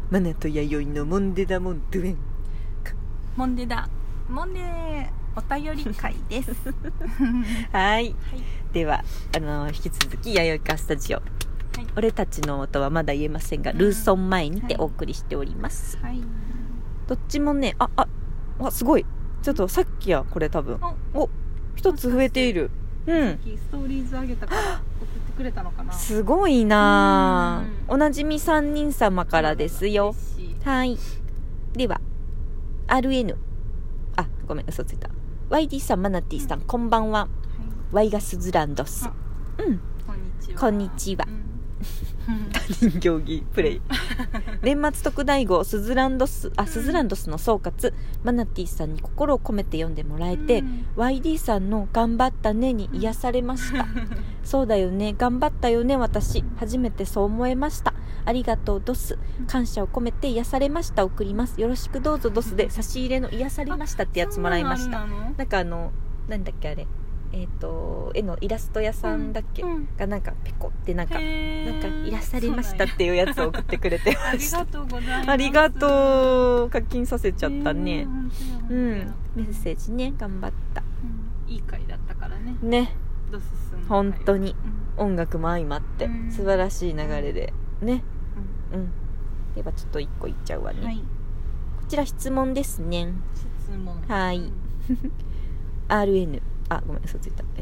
マナと弥生のモンデダモンドゥエン。 モンデだモンデお便り会ですはい、 はい、 では引き続き弥生カスタジオ、はい、俺たちの音はまだ言えませんが、ルーソン前にてお送りしております、 はい、 どっちもねすごい、ちょっとさっきやこれ多分一つ増えている。 さっきストーリーズ上げたから送ってくれたのかな。 すごいな。おなじみ3人様からですよ。はい、では RN ごめん嘘ついた。 YD さん、マナティさん、こんばんは、はい、ワイガスズランドス、こんにちは、他人行儀プレイ年末特大号スズランドスの総括、マナティさんに心を込めて読んでもらえて、YD さんの頑張ったねに癒されましたそうだよね、頑張ったよね、私初めてそう思えました。ありがとうドス、感謝を込めて癒されました送ります。よろしくどうぞドスで差し入れの癒されましたってやつもらいました。なんかなんだっけあれ、絵のイラスト屋さんだっけ、がなんかペコってなんか癒されましたっていうやつを送ってくれてました。 ありがとうございます。 ありがとう、課金させちゃったね。メッセージね、頑張った、 いい回だったからねドススン本当に、音楽も相まって素晴らしい流れでね、ではちょっと1個いっちゃうわね、はい、こちら質問ですね。 質問、 はい、RN ごめん嘘ついた。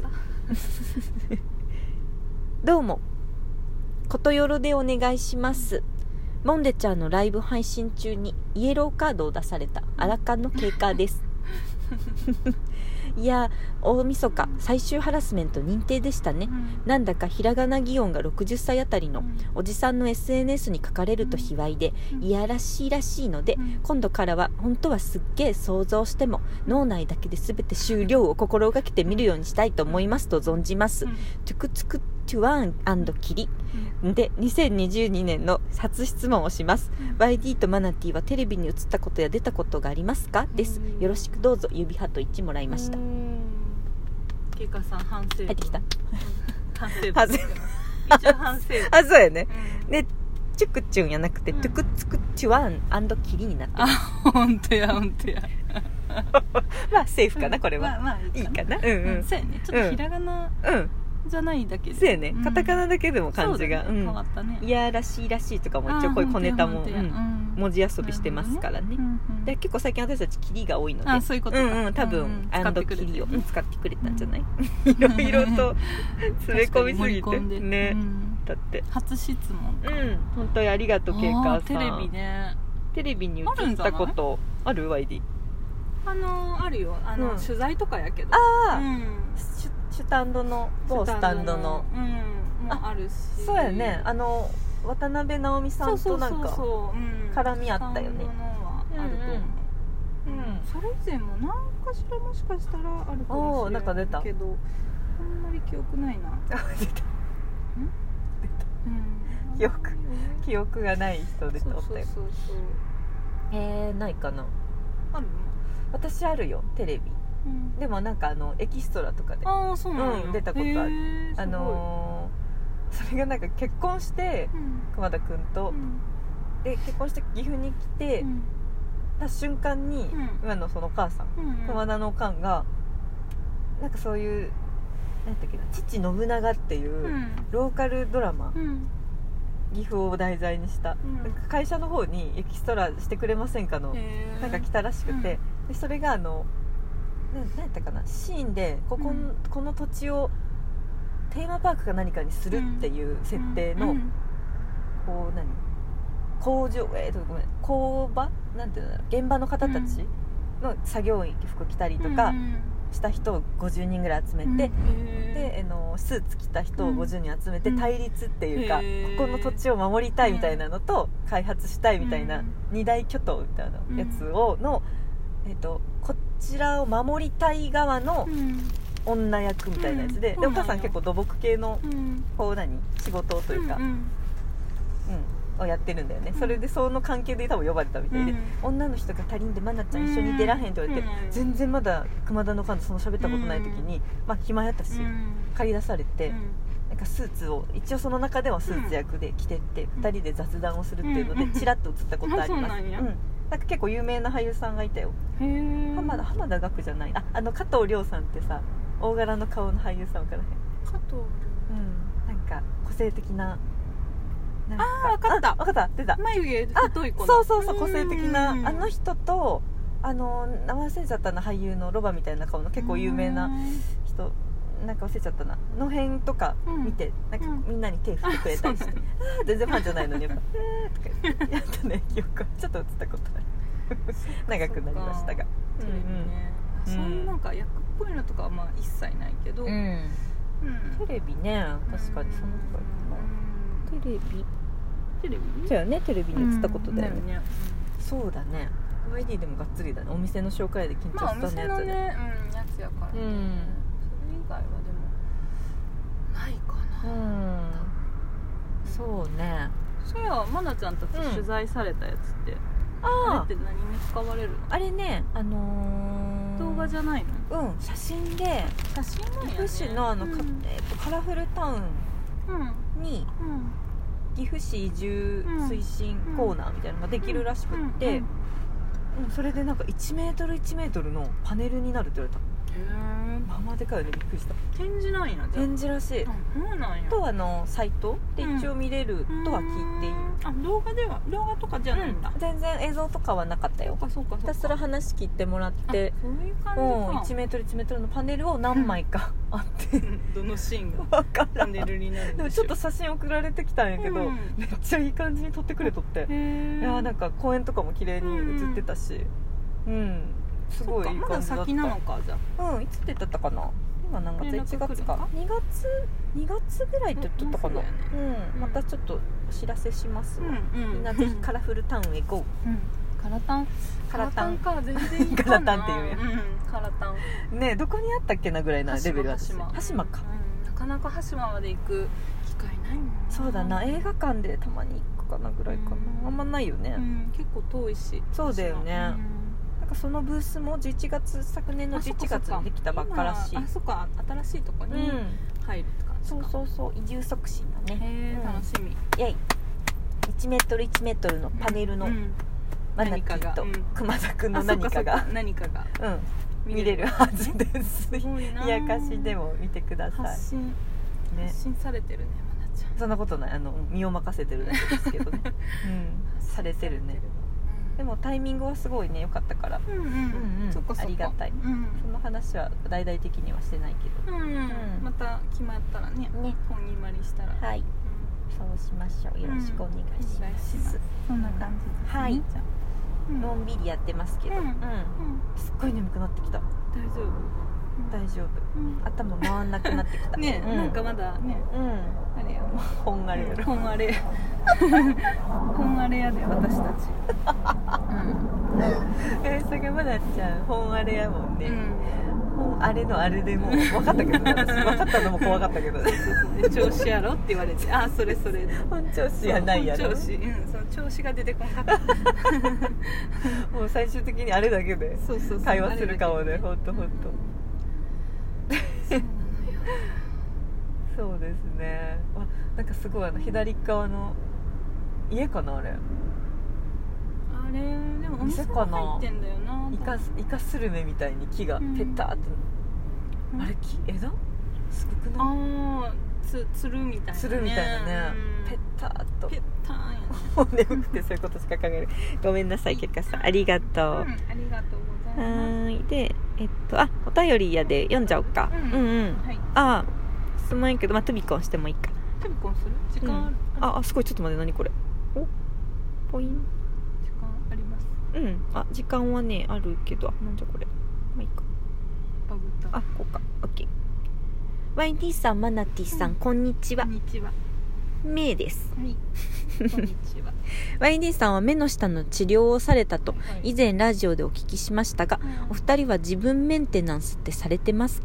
どうもことよろでお願いします。モンデちゃんのライブ配信中にイエローカードを出されたアラカンの経過ですいや大晦日最終ハラスメント認定でしたね、なんだかひらがな擬音が60歳あたりのおじさんの SNS に書かれると卑猥でいやらしいらしいので、今度からは本当はすっげえ想像しても脳内だけで全て終了を心がけてみるようにしたいと思いますと存じます、トゥクツクトゥワン&キリで2022年の初質問をします、YD とマナティはテレビに映ったことや出たことがありますかです。よろしくどうぞ。指ハート1もらいました。 ケイカさん反省文入ってきた。 反省文一応反省文そうやね、でチュクチュンやなくて、トゥクツクチュワン&キリになってる。 本当やまあセーフかなこれは、いいかな。そうやね、ちょっとひらがなじゃないだけで、 そうやね、カタカナだけでも漢字が、 変わったね。 いやらしいらしいとかも一応こういう小ネタも文字遊びしてますからね。で結構最近私たちキリが多いので、 そういうことか、 多分キリを使ってくれたんじゃない、いろいろと詰め込みすぎてね、だって初質問か、 本当にありがとうケイカーさん。 テレビね、 テレビに映ったことある YD？ あるよ、取材とかやけど、 スタンドの某スタンドの、 もあるし、 そうやね、渡辺直美さんとなんか絡みあったよね。 それ以前も何かしらもしかしたらあるかもしれないけど、あんまり記憶ないな。 出た記憶がない人で撮ったよ。ないかな。 あるの？ 私あるよ、テレビ。でもなんかエキストラとかで出たことある。それがなんか結婚して熊田くんと、で結婚して岐阜に来てた瞬間に、今のそのお母さん、熊田のおかんがなんかそういうなんだっけな、父信長っていうローカルドラマ、岐阜を題材にした、会社の方にエキストラしてくれませんかのなんか来たらしくて、でそれが何やったかな、シーンでこの土地をテーマパークか何かにするっていう設定の、こう工場工場なんていうの、現場の方たちの作業服着たりとかした人を50人ぐらい集めて、でスーツ着た人を50人集めて対立っていうか、ここの土地を守りたいみたいなのと開発したいみたいな二大巨頭みたいなやつをの、こちらを守りたい側の女役みたいなやつで、お母さん結構土木系のこう仕事というか、をやってるんだよね。それでその関係で多分呼ばれたみたいで、女の人が足りんでマナちゃん一緒に出らへんって言われて、全然まだ熊田の勘とその喋ったことない時に、暇やったし借り出されて、 なんかスーツを一応その中ではスーツ役で着てって、2人で雑談をするっていうのでチラッと映ったことあります。なんか結構有名な俳優さんがいたよ。浜田岳じゃない、加藤亮さんってさ、大柄の顔の俳優さんわからへん？ 加藤亮、 なんか個性的な、なんか分かった、 出た、 眉毛太い子の、そう個性的なあの人と、名忘れちゃったな、俳優のロバみたいな顔の結構有名な人、なんか忘れちゃったなの辺とか見て、なんかみんなに手振ってくれたりして、全然ファンじゃないのにとかやったね、記憶ちょっと映ったことある長くなりましたが、 そういうなんか役っぽいのとかはまあ一切ないけど、 テレビね、確かにそのくらいかな。テレビそうやね、テレビに映ったことだよね。そうだね、YD でもがっつりだね、お店の紹介で緊張したやつで、 やつやからね。それ以外はでもないかな。そうね。そういや、まなちゃんたち取材されたやつって、あれって何に使われるの？ あれね、 動画じゃないの？写真で、岐阜市のカラフルタウンに岐阜市移住推進コーナーみたいなのができるらしくって、それでなんか1メートル1メートルのパネルになるって言われた。まあまあでかいよね、びっくりした。 展示なんや。 展示らしい。 そうなんや。 とサイトで一応見れるとは聞いている。 動画とかじゃないんだ。 全然映像とかはなかったよ。ひたすら話聞いてもらって、 そういう感じか。 1メートル1メートルのパネルを何枚かあって、 どのシーンがパネルになるんでしょう。 でもちょっと写真送られてきたんやけど、めっちゃいい感じに撮ってくれとって、いやなんか公園とかも綺麗に映ってたし、すごいいい感じだった。まだ先なのか、じゃあ。いつって言ったかな。今何月？1月か。2月ぐらいって言っとったかな。またちょっとお知らせしますわ。みんなぜひカラフルタウンへゴー。カラタンか、全然いいかな。カラタンっていうやん。カラタン。ね、どこにあったっけなぐらいなレベルだった。羽島か。 なかなか羽島まで行く機会ないもん。 そうだな、映画館でたまに行くかなぐらいかな。あんまないよね。 結構遠いし。 そうだよね。なんかそのブースも昨年の11月にできたばっからしい。 そっか、新しいとこに入るって感じか。 そう移住促進だね。 楽しみ。 イェイ。1メートル1メートルのパネルのマナキーと熊田くんの何かが見れるはずです。冷やかしでも見てください。 発信されてるね、まなちゃん。 そんなことない、身を任せてるだけですけどね。されてるね。でもタイミングはすごいね、良かったから、ありがたい。その話は大々的にはしてないけど、 また決まったらね、本決まりしたら、 はい、そうしましょう。よろしくお願いします。 そんな感じです。 はい、のんびりやってますけど、すっごい眠くなってきた。大丈夫、頭回んなくなってきたね。なんかまだね、あれや、 本あれやろ。 本あれやで、私たち。 それがまなちゃん本あれやもんね。本あれのあれでもう分かったけど、私分かったのも怖かったけどね。 調子やろって言われて、あ、それ本調子やないやろ。 その調子が出てこなかった。 もう最終的にあれだけで会話するかもね。ほんとそうですね。なんかすごい左側の家かな、あれでもお店が入ってんだよな。 イカスルメみたいに木がペッターって、あれ枝すごくない？ つるみたいなね。 ペッターっと。 ペッターやね。 もう眠くてそういうことしか考えない。ごめんなさい、結果さん、ありがとう。 ありがとうございます。 で、お便りやで読んじゃおうか。質問やけど、トゥビコンしてもいいか。 トゥビコンする？時間ある？ すごい、ちょっと待って、何これ。ポイン。 時間あります。 時間はね、あるけど、なんじゃこれ。まあいいか。 バグった。 こうか。オッケー。YD さん、マナティさん、こんにちは。 こんにちは。 メイです。 はい。こんにちは。 YD さんは目の下の治療をされたと以前ラジオでお聞きしましたが、お二人は自分メンテナンスってされてますか？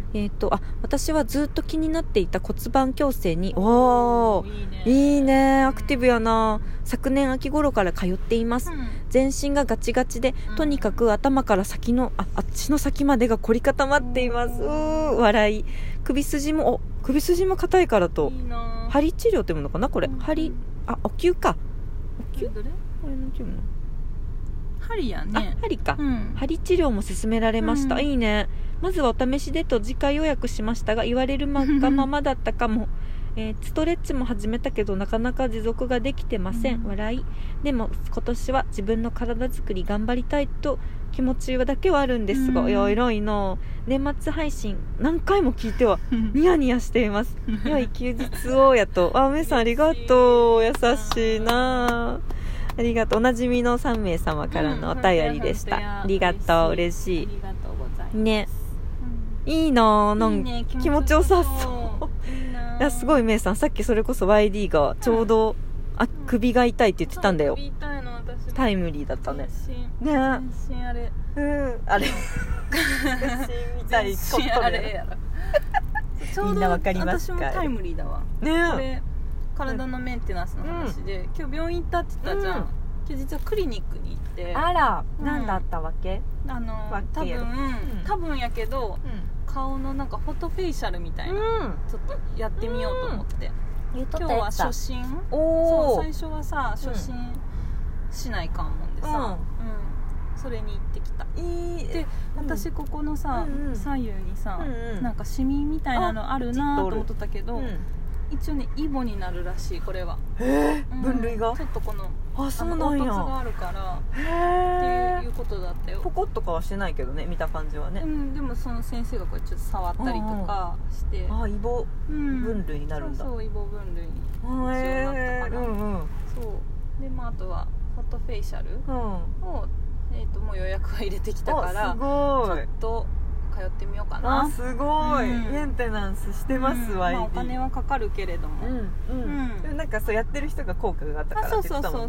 私はずっと気になっていた骨盤矯正におーいいねアクティブやな。昨年秋頃から通っています、全身がガチガチでとにかく頭から先のあっちの先までが凝り固まっています。笑い。首筋も硬いからといいな。 針治療っていうのかなこれ、針お灸か。お灸どれこれなんていうの。 針やね。 針か、針治療も勧められました、いいね。まずはお試しでと次回予約しましたが言われるままだったかもストレッチも始めたけどなかなか持続ができてません、笑い。でも今年は自分の体作り頑張りたいと気持ちだけはあるんですが、いや偉いな。年末配信何回も聞いてはニヤニヤしています良い休日をやと。めいさんありがとう、優しいな。ありがとう。おなじみの3名様からのお便りでした、ありがとう。嬉しい。 ありがとうございますね。いいな。なんか気持ちよさそう。いやすごいめいさん、さっきそれこそ YD がちょうど、首が痛いって言ってたんだよ。 首痛いの私タイムリーだったね。 全身あれ。 あれ。全身みたいちょっとあれやろ。 みんなわかりますか。 私もタイムリーだわ。 ね。 これ体のメンテナンスの話で、今日病院行ったって言ったじゃん。今日実はクリニックに行って。 あら、何だったわけ？ 多分やけど。顔のなんかフォトフェイシャルみたいな、ちょっとやってみようと思って、今日は初診。そう最初はさ初診しないかんもんでさ、それに行ってきた。で私ここのさ、左右にさ、なんかシミみたいなのあるなと思っとったけど、一応ねイボになるらしいこれは。 分類がちょっとこのそうなんや、 凹凸があるからっていうことだったよ。 ポコッとかはしてないけどね、見た感じはね。 でもその先生がこれちょっと触ったりとかして、 イボ分類になるんだ。 そうイボ分類に一応なったかな。そうであとはフォトフェイシャルをもう予約は入れてきたからすごいちょっと通ってみようかな。 すごい、メンテナンスしてますわ。 お金はかかるけれども、 なんかそうやってる人が効果があったからって言ってたもん